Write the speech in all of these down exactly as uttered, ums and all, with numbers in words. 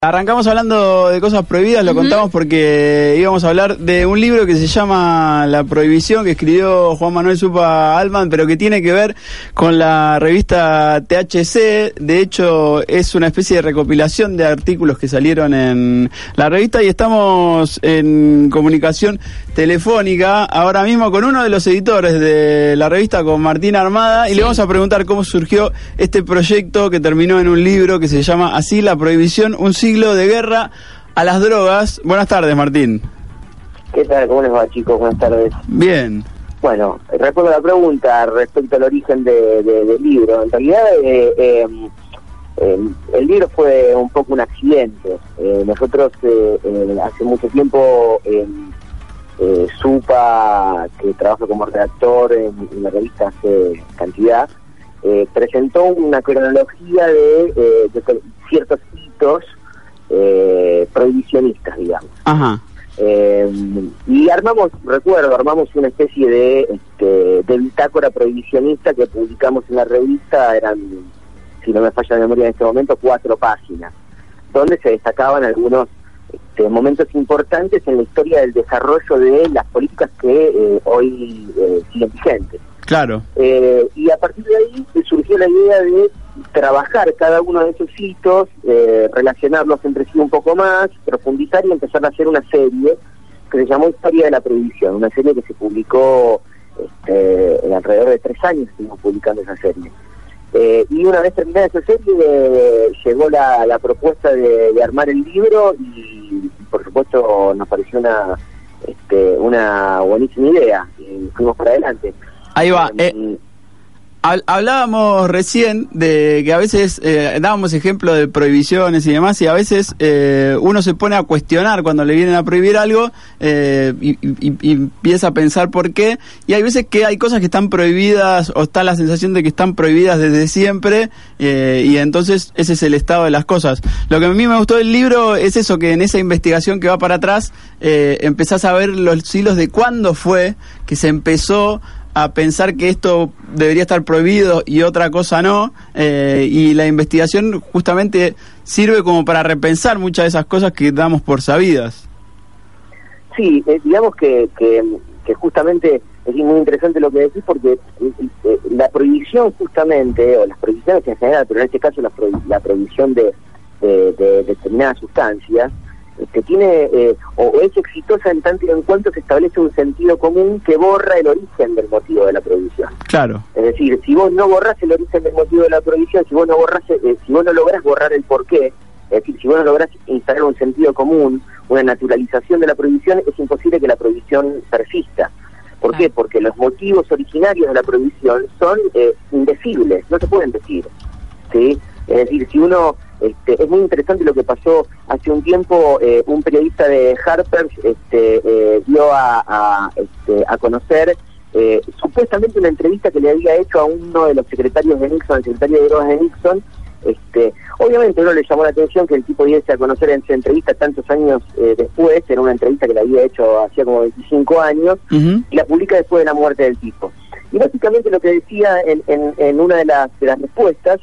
Arrancamos hablando de cosas prohibidas, lo uh-huh. contamos porque íbamos a hablar de un libro que se llama La Prohibición, que escribió Juan Manuel Zupa Altman, pero que tiene que ver con la revista T H C. De hecho, es una especie de recopilación de artículos que salieron en la revista y estamos en comunicación telefónica ahora mismo con uno de los editores de la revista, con Martín Armada, y sí. le vamos a preguntar cómo surgió este proyecto que terminó en un libro que se llama así, La Prohibición, un siglo de guerra a las drogas. Buenas tardes, Martín. ¿Qué tal? ¿Cómo les va, chicos? Buenas tardes. Bien. Bueno, respondo a la pregunta respecto al origen de, de, del libro. En realidad, eh, eh, eh, el libro fue un poco un accidente. Eh, nosotros eh, eh, hace mucho tiempo, eh, eh, Zupa, que trabaja como redactor en, en la revista hace cantidad, eh, presentó una cronología de, eh, de ciertos hitos Eh, prohibicionistas, digamos. Ajá. Eh, y armamos, recuerdo, armamos una especie de, este, de bitácora prohibicionista que publicamos en la revista. Eran, si no me falla la memoria en este momento, cuatro páginas, donde se destacaban algunos este, momentos importantes en la historia del desarrollo de las políticas que eh, hoy eh, siguen vigentes. Claro. Eh, y a partir de ahí surgió la idea de trabajar cada uno de esos hitos, eh, relacionarlos entre sí un poco más, profundizar y empezar a hacer una serie que se llamó Historia de la Prohibición, una serie que se publicó este, en alrededor de tres años, estuvimos publicando esa serie. Eh, y una vez terminada esa serie, eh, llegó la, la propuesta de, de armar el libro y, por supuesto, nos pareció una, este, una buenísima idea y fuimos para adelante. Ahí va. Eh, hablábamos recién de que a veces eh, dábamos ejemplo de prohibiciones y demás, y a veces eh, uno se pone a cuestionar cuando le vienen a prohibir algo eh, y, y, y empieza a pensar por qué, y hay veces que hay cosas que están prohibidas o está la sensación de que están prohibidas desde siempre, eh, y entonces ese es el estado de las cosas. Lo que a mí me gustó del libro es eso, que en esa investigación que va para atrás eh, empezás a ver los hilos de cuándo fue que se empezó a pensar que esto debería estar prohibido y otra cosa no, eh, y la investigación justamente sirve como para repensar muchas de esas cosas que damos por sabidas. Sí, eh, digamos que, que, que justamente es muy interesante lo que decís, porque eh, la prohibición justamente, o las prohibiciones en general, pero en este caso la, prohib- la prohibición de, de, de determinadas sustancias, que tiene eh, o es exitosa en tanto y en cuanto se establece un sentido común que borra el origen del motivo de la prohibición. Claro. Es decir, si vos no borrás el origen del motivo de la prohibición, si vos no borrás, eh, si vos no lográs borrar el porqué, es decir, si vos no lográs instalar un sentido común, una naturalización de la prohibición, es imposible que la prohibición persista. ¿Por qué? Porque los motivos originarios de la prohibición son eh, indecibles, no se pueden decir, ¿sí? Es decir, si uno... Este, es muy interesante lo que pasó hace un tiempo. Eh, un periodista de Harper's este, eh, dio a, a, este, a conocer eh, supuestamente una entrevista que le había hecho a uno de los secretarios de Nixon, el secretario de drogas de Nixon. Este, obviamente no le llamó la atención que el tipo diese a conocer en esa entrevista tantos años eh, después. Era una entrevista que le había hecho hacía como veinticinco años, uh-huh. y la publica después de la muerte del tipo. Y básicamente lo que decía en, en, en una de las, de las respuestas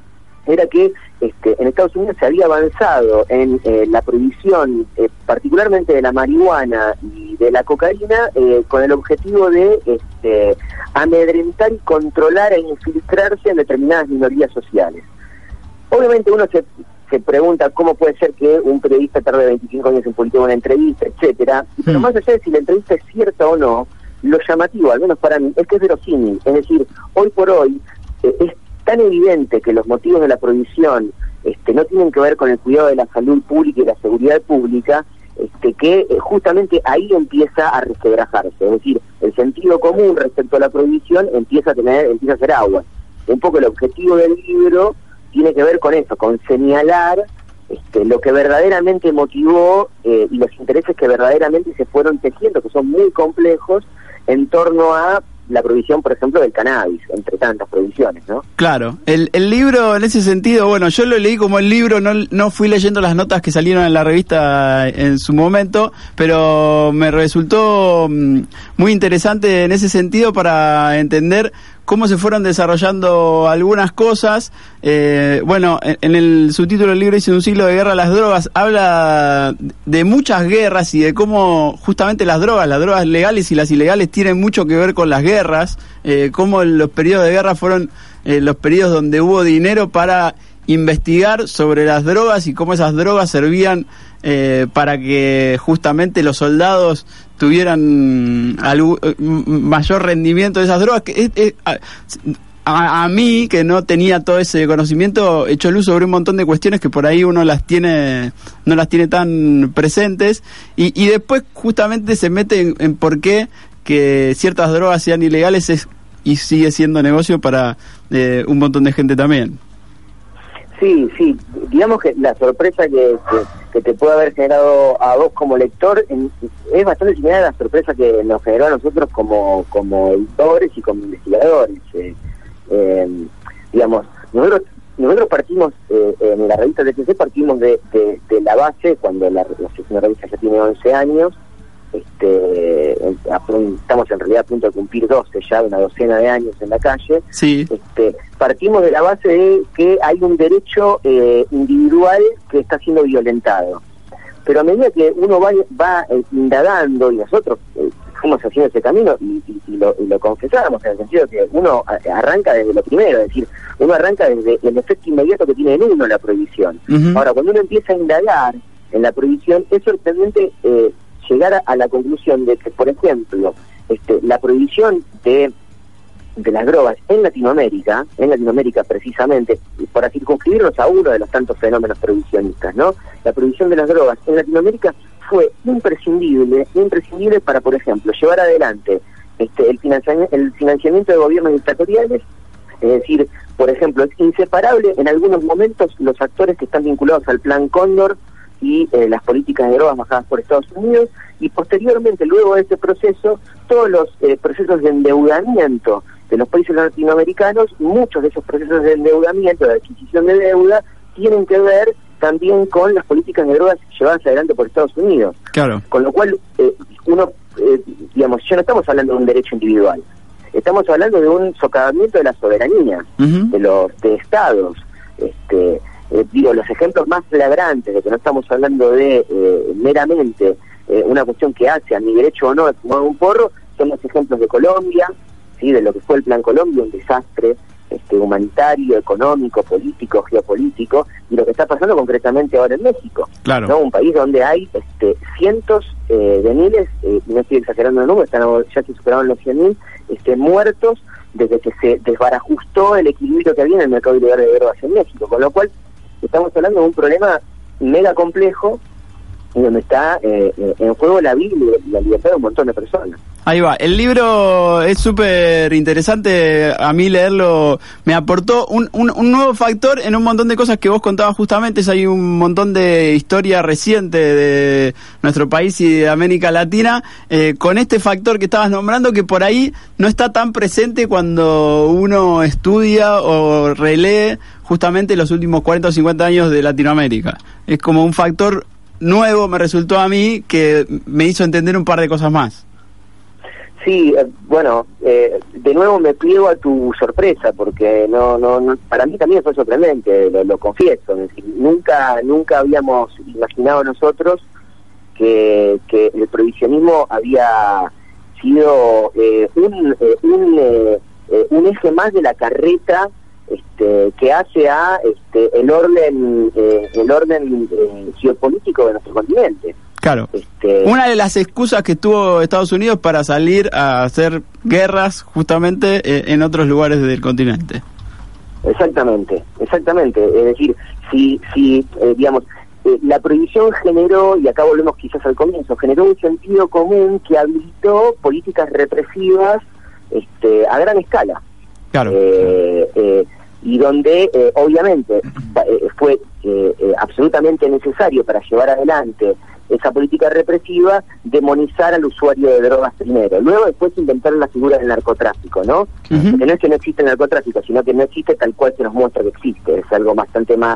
era que este, en Estados Unidos se había avanzado en eh, la prohibición, eh, particularmente de la marihuana y de la cocaína, eh, con el objetivo de este, amedrentar y controlar e infiltrarse en determinadas minorías sociales. Obviamente uno se, se pregunta cómo puede ser que un periodista tarde veinticinco años en publicar una entrevista, etcétera. Pero más allá de si la entrevista es cierta o no, lo llamativo, al menos para mí, es que es verosímil. Es decir, hoy por hoy eh, es tan evidente que los motivos de la prohibición este, no tienen que ver con el cuidado de la salud pública y la seguridad pública, este, que eh, justamente ahí empieza a resquebrajarse. Es decir, el sentido común respecto a la prohibición empieza a tener, empieza a hacer agua. Un poco el objetivo del libro tiene que ver con eso, con señalar este, lo que verdaderamente motivó eh, y los intereses que verdaderamente se fueron tejiendo, que son muy complejos, en torno a la prohibición, por ejemplo, del cannabis, entre tantas prohibiciones, ¿no? Claro, el, el libro en ese sentido, bueno, yo lo leí como el libro, no, no fui leyendo las notas que salieron en la revista en su momento, pero me resultó muy interesante en ese sentido para entender cómo se fueron desarrollando algunas cosas. Eh, bueno, en, en el subtítulo del libro dice Un siglo de guerra a las drogas, habla de muchas guerras y de cómo justamente las drogas, las drogas legales y las ilegales tienen mucho que ver con las guerras, eh, cómo los periodos de guerra fueron eh, los periodos donde hubo dinero para investigar sobre las drogas y cómo esas drogas servían eh, para que justamente los soldados tuvieran algo, mayor rendimiento de esas drogas. Que es, es, a, a mí, que no tenía todo ese conocimiento, echó luz sobre un montón de cuestiones que por ahí uno las tiene no las tiene tan presentes, y, y después justamente se mete en, en por qué que ciertas drogas sean ilegales es, y sigue siendo negocio para eh, un montón de gente también. Sí, sí, digamos que la sorpresa que, que, que te puede haber generado a vos como lector en, es bastante similar a la sorpresa que nos generó a nosotros como, como editores y como investigadores. Eh, eh, digamos, nosotros nosotros partimos, eh, en la revista T C C partimos de, de, de la base, cuando la, la revista ya tiene once años, este estamos en realidad a punto de cumplir doce, ya una docena de años en la calle. Sí. Este, partimos de la base de que hay un derecho eh, individual que está siendo violentado, pero a medida que uno va, va eh, indagando, y nosotros eh, fuimos haciendo ese camino y, y, y, lo, y lo confesamos, en el sentido de que uno arranca desde lo primero, es decir, uno arranca desde el efecto inmediato que tiene en uno la prohibición. Uh-huh. Ahora, cuando uno empieza a indagar en la prohibición, es sorprendente eh, llegar a, a la conclusión de que, por ejemplo, este, la prohibición de, de las drogas en Latinoamérica, en Latinoamérica precisamente, para circunscribirnos a uno de los tantos fenómenos prohibicionistas, ¿no? La prohibición de las drogas en Latinoamérica fue imprescindible, imprescindible para, por ejemplo, llevar adelante este, el, financiami- el financiamiento de gobiernos dictatoriales. Es decir, por ejemplo, es inseparable en algunos momentos los actores que están vinculados al Plan Cóndor y eh, las políticas de drogas bajadas por Estados Unidos, y posteriormente, luego de este proceso, todos los eh, procesos de endeudamiento de los países latinoamericanos, muchos de esos procesos de endeudamiento, de adquisición de deuda, tienen que ver también con las políticas de drogas llevadas adelante por Estados Unidos. Claro. Con lo cual, eh, uno, eh, digamos, ya no estamos hablando de un derecho individual, estamos hablando de un socavamiento de la soberanía, uh-huh. de los de estados. Este, eh, digo, los ejemplos más flagrantes de que no estamos hablando de eh, meramente eh, una cuestión que hace a mi derecho o no de fumar un porro, son los ejemplos de Colombia, sí, de lo que fue el Plan Colombia, un desastre este, humanitario, económico, político, geopolítico, y lo que está pasando concretamente ahora en México, claro. ¿no? Un país donde hay este, cientos eh, de miles, eh, no estoy exagerando el número, están, ya se superaron los cien mil este, muertos desde que se desbarajustó el equilibrio que había en el mercado ilegal de drogas en México, con lo cual estamos hablando de un problema mega complejo y donde está eh, en juego la vida y la libertad de un montón de personas. Ahí va, el libro es súper interesante, a mí leerlo me aportó un, un, un nuevo factor en un montón de cosas que vos contabas justamente. Hay un montón de historia reciente de nuestro país y de América Latina, eh, con este factor que estabas nombrando, que por ahí no está tan presente cuando uno estudia o relee justamente los últimos cuarenta o cincuenta años de Latinoamérica. Es como un factor nuevo, me resultó a mí, que me hizo entender un par de cosas más. Sí, eh, bueno, eh, de nuevo me pliego a tu sorpresa, porque no, no, no para mí también fue sorprendente, lo, lo confieso. Es decir, nunca, nunca habíamos imaginado nosotros que, que el prohibicionismo había sido eh, un, eh, un, eh, eh, un eje más de la carreta este, que hace a este, el orden, eh, el orden eh, geopolítico de nuestro continente. Claro, este, una de las excusas que tuvo Estados Unidos para salir a hacer guerras justamente eh, en otros lugares del continente. Exactamente, exactamente. Es decir, si, si eh, digamos, eh, la prohibición generó, y acá volvemos quizás al comienzo, generó un sentido común que habilitó políticas represivas este, a gran escala. Claro. Eh, eh, y donde eh, obviamente eh, fue eh, eh, absolutamente necesario para llevar adelante esa política represiva, demonizar al usuario de drogas primero. Luego después inventaron la figura del narcotráfico, ¿no? Uh-huh. Porque no es que no existe el narcotráfico, sino que no existe tal cual se nos muestra que existe. Es algo bastante más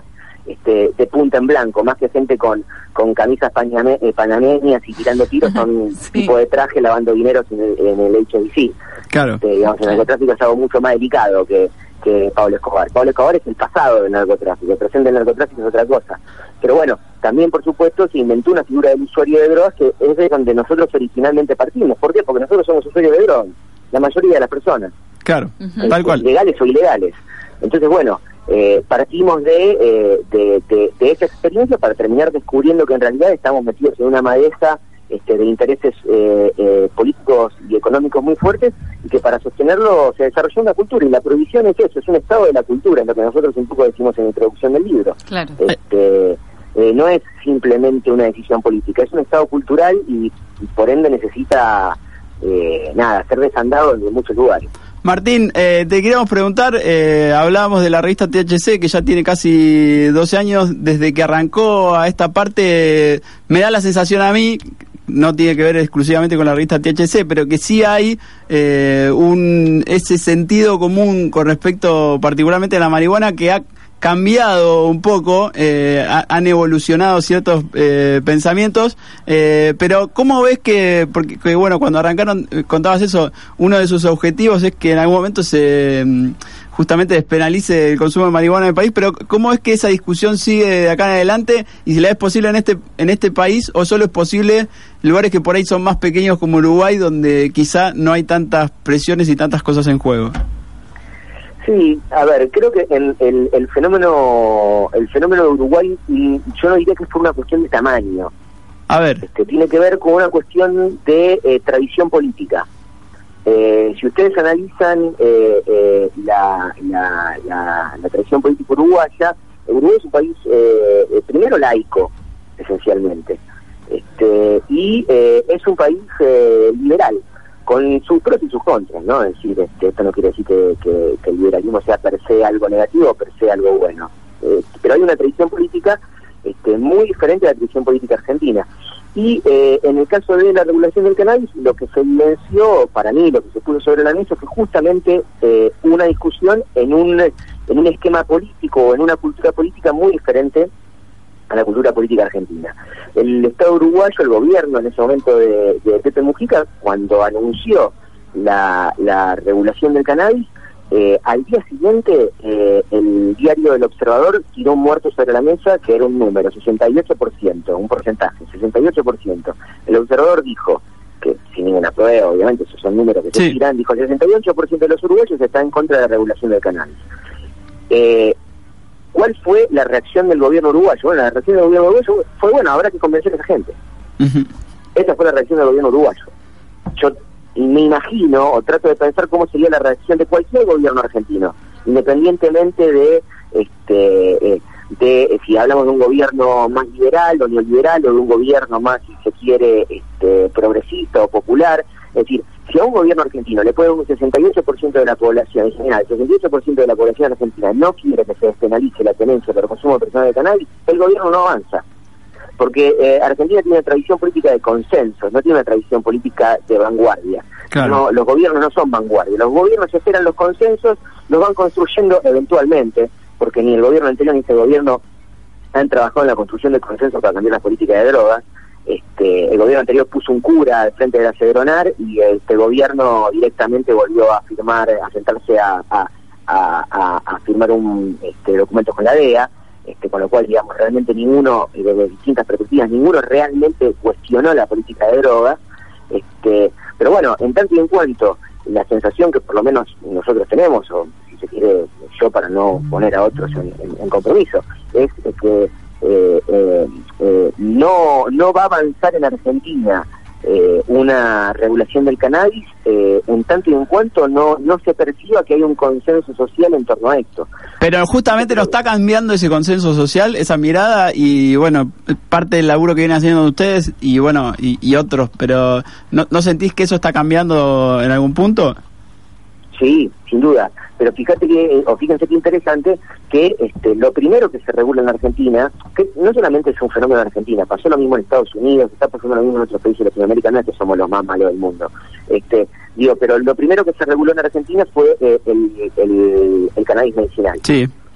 este, de punta en blanco, más que gente con, con camisas paname, eh, panameñas y tirando tiros, son sí. tipo de traje lavando dineros en el, en el H B C. Claro. Este, digamos, el narcotráfico es algo mucho más delicado que, que Pablo Escobar. Pablo Escobar es el pasado del narcotráfico, el presente del narcotráfico es otra cosa. Pero bueno, también por supuesto se inventó una figura del usuario de drogas que es de donde nosotros originalmente partimos. ¿Por qué? Porque nosotros somos usuarios de drogas, la mayoría de las personas. Claro, uh-huh. tal cual. Legales o ilegales. Entonces, bueno, eh, partimos de, eh, de, de, de esa experiencia para terminar descubriendo que en realidad estamos metidos en una maleza este, de intereses eh, eh, políticos y económicos muy fuertes, y que para sostenerlo se desarrolló una cultura, y la prohibición es eso, es un estado de la cultura, es lo que nosotros un poco decimos en la introducción del libro. Claro. Este, eh, no es simplemente una decisión política, es un estado cultural y, y por ende necesita eh, nada, ser desandado en muchos lugares. Martín, eh, te queríamos preguntar, eh, hablábamos de la revista T H C, que ya tiene casi doce años desde que arrancó a esta parte. Me da la sensación a mí, no tiene que ver exclusivamente con la revista T H C, pero que sí hay eh, un ese sentido común con respecto particularmente a la marihuana, que ha cambiado un poco, eh, ha, han evolucionado ciertos eh, pensamientos, eh, pero ¿cómo ves que, porque que, bueno, cuando arrancaron, eh, contabas eso, uno de sus objetivos es que en algún momento se justamente despenalice el consumo de marihuana en el país, pero ¿cómo es que esa discusión sigue de acá en adelante, y si la es posible en este en este país, o solo es posible en lugares que por ahí son más pequeños como Uruguay, donde quizá no hay tantas presiones y tantas cosas en juego? Sí, a ver, creo que el, el, el fenómeno el fenómeno de Uruguay, yo no diría que es por una cuestión de tamaño. A ver. Este, tiene que ver con una cuestión de eh, tradición política. Eh, si ustedes analizan eh, eh, la, la, la, la tradición política uruguaya, Uruguay es un país eh, primero laico, esencialmente, este, y eh, es un país eh, liberal, con sus pros y sus contras, ¿no? Es decir, este, esto no quiere decir que, que, que el liberalismo sea per se algo negativo o per se algo bueno. Eh, pero hay una tradición política este, muy diferente a la tradición política argentina. Y eh, en el caso de la regulación del cannabis, lo que se evidenció, para mí, lo que se puso sobre la mesa fue justamente eh, una discusión en un, en un esquema político o en una cultura política muy diferente a la cultura política argentina. El Estado uruguayo, el gobierno en ese momento de, de Pepe Mujica, cuando anunció la, la regulación del cannabis, eh, al día siguiente eh, el diario El Observador tiró un muerto sobre la mesa, que era un número, sesenta y ocho por ciento, un porcentaje, sesenta y ocho por ciento. El Observador dijo, que sin ninguna prueba, obviamente, esos son números que sí se tiran, dijo el sesenta y ocho por ciento de los uruguayos está en contra de la regulación del cannabis. Eh, ¿Cuál fue la reacción del gobierno uruguayo? Bueno, la reacción del gobierno uruguayo fue, bueno, habrá que convencer a esa gente. Uh-huh. Esa fue la reacción del gobierno uruguayo. Yo me imagino, o trato de pensar cómo sería la reacción de cualquier gobierno argentino, independientemente de, este, eh, de si hablamos de un gobierno más liberal o neoliberal, o de un gobierno más, si se quiere, este, progresista o popular. Es decir, si a un gobierno argentino le puede un sesenta y ocho por ciento de la población, en general, el sesenta y ocho por ciento de la población argentina no quiere que se despenalice la tenencia para el consumo personal de cannabis, el gobierno no avanza. Porque eh, Argentina tiene una tradición política de consenso, no tiene una tradición política de vanguardia. Claro. No, los gobiernos no son vanguardia, los gobiernos esperan los consensos, los van construyendo eventualmente, porque ni el gobierno anterior ni este gobierno han trabajado en la construcción de consensos para cambiar las políticas de drogas. Este, el gobierno anterior puso un cura al frente de la Cedronar, y este gobierno directamente volvió a firmar, a sentarse a, a, a, a firmar un este, documento con la D E A, este, con lo cual, digamos, realmente ninguno, desde distintas perspectivas, ninguno realmente cuestionó la política de drogas. Este, pero bueno, en tanto y en cuanto la sensación que por lo menos nosotros tenemos, o si se quiere yo para no poner a otros en, en, en compromiso, es, es que Eh, eh, eh, no no va a avanzar en Argentina eh, una regulación del cannabis eh, en tanto y en cuanto no no se perciba que hay un consenso social en torno a esto. Pero justamente lo está cambiando ese consenso social, esa mirada, y bueno, parte del laburo que vienen haciendo ustedes y bueno y, y otros, pero ¿no, ¿no sentís que eso está cambiando en algún punto? Sí, sin duda, pero fíjate que, o fíjense qué interesante, que este, lo primero que se regula en Argentina, que no solamente es un fenómeno en Argentina, pasó lo mismo en Estados Unidos, está pasando lo mismo en otros países de Latinoamérica, no es que somos los más malos del mundo, este, digo, pero lo primero que se reguló en Argentina fue eh, el, el, el cannabis medicinal. Sí.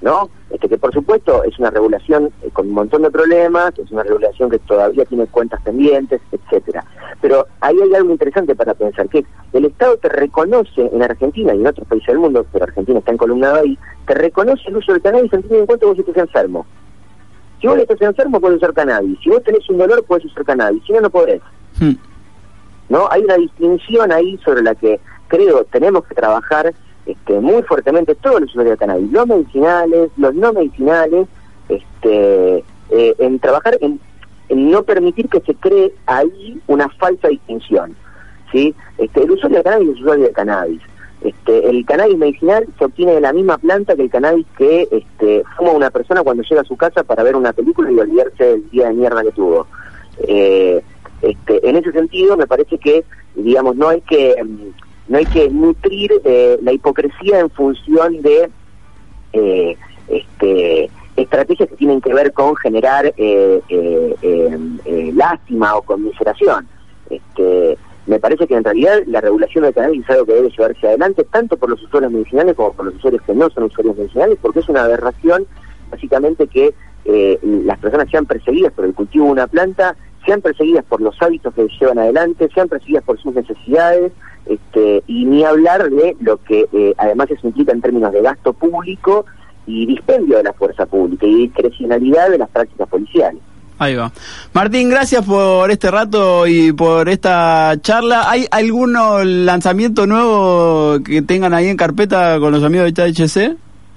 ¿no? Este, que por supuesto es una regulación eh, con un montón de problemas, es una regulación que todavía tiene cuentas pendientes, etcétera. Pero ahí hay algo interesante para pensar, que el Estado te reconoce en Argentina y en otros países del mundo, pero Argentina está encolumnado ahí, te reconoce el uso del cannabis en teniendo en cuenta que vos estés enfermo. Si vos estás enfermo, podés usar cannabis. Si vos tenés un dolor, podés usar cannabis. Si no, no podés. Hmm. ¿No? Hay una distinción ahí sobre la que creo tenemos que trabajar este, muy fuertemente todos los usuarios de cannabis, los medicinales, los no medicinales, este, eh, en trabajar en, en no permitir que se cree ahí una falsa distinción, ¿sí? Este, el usuario de cannabis es el usuario de cannabis. Este, el cannabis medicinal se obtiene de la misma planta que el cannabis que este, fuma una persona cuando llega a su casa para ver una película y olvidarse del día de mierda que tuvo. Eh, este, en ese sentido, me parece que, digamos, no hay que no hay que nutrir eh, la hipocresía en función de eh, este, estrategias que tienen que ver con generar eh, eh, eh, eh, lástima o conmiseración. Este, Me parece que en realidad la regulación del cannabis es algo que debe llevarse adelante tanto por los usuarios medicinales como por los usuarios que no son usuarios medicinales, porque es una aberración básicamente que eh, las personas sean perseguidas por el cultivo de una planta, sean perseguidas por los hábitos que llevan adelante, sean perseguidas por sus necesidades, este, y ni hablar de lo que eh, además eso implica en términos de gasto público y dispendio de la fuerza pública y discrecionalidad de las prácticas policiales. Ahí va. Martín, gracias por este rato y por esta charla. ¿Hay algún lanzamiento nuevo que tengan ahí en carpeta con los amigos de T H C?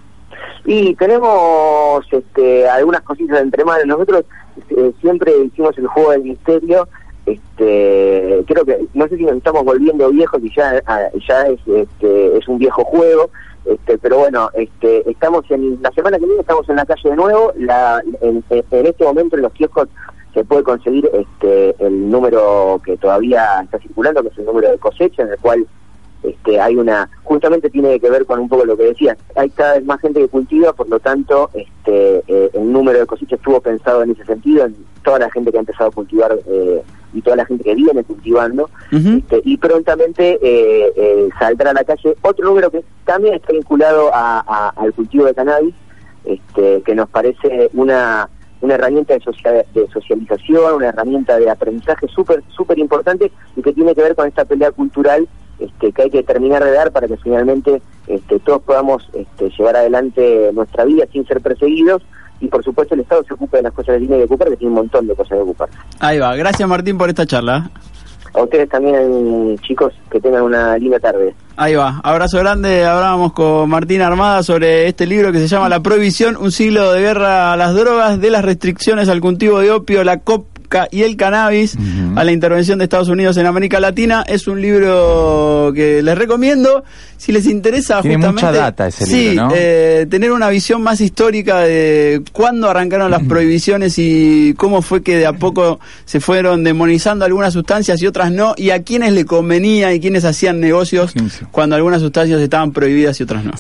Y tenemos este, algunas cositas entre manos. Nosotros eh, siempre hicimos el juego del misterio. Este, creo que, no sé si nos estamos volviendo viejos y ya, ya es, este, es un viejo juego. Este, pero bueno, este, estamos en la semana que viene estamos en la calle de nuevo. La, en, en este momento en los kioscos se puede conseguir este, el número que todavía está circulando, que es el número de cosecha, en el cual este, hay una, justamente tiene que ver con un poco lo que decías, hay cada vez más gente que cultiva, por lo tanto este, eh, el número de cosecha estuvo pensado en ese sentido, en toda la gente que ha empezado a cultivar eh, y toda la gente que viene cultivando, uh-huh. este, y prontamente eh, eh, saldrá a la calle otro número que también está vinculado a, a, al cultivo de cannabis, este, que nos parece una una herramienta de, social, de socialización, una herramienta de aprendizaje súper súper importante y que tiene que ver con esta pelea cultural este, que hay que terminar de dar para que finalmente este, todos podamos este, llevar adelante nuestra vida sin ser perseguidos. Y por supuesto el Estado se ocupa de las cosas que tiene que ocupar, que tiene un montón de cosas que ocupar. Ahí va, gracias Martín por esta charla. A ustedes también, chicos, que tengan una linda tarde. Ahí va, abrazo grande. Hablábamos con Martín Armada sobre este libro que se llama La Prohibición, un siglo de guerra a las drogas, de las restricciones al cultivo de opio, la coca y el cannabis, uh-huh. a la intervención de Estados Unidos en América Latina. Es un libro que les recomiendo si les interesa. Tiene justamente mucha data ese sí, libro, ¿no? eh, tener una visión más histórica de cuándo arrancaron las prohibiciones y cómo fue que de a poco se fueron demonizando algunas sustancias y otras no, y a quiénes le convenía y quiénes hacían negocios cuando algunas sustancias estaban prohibidas y otras no.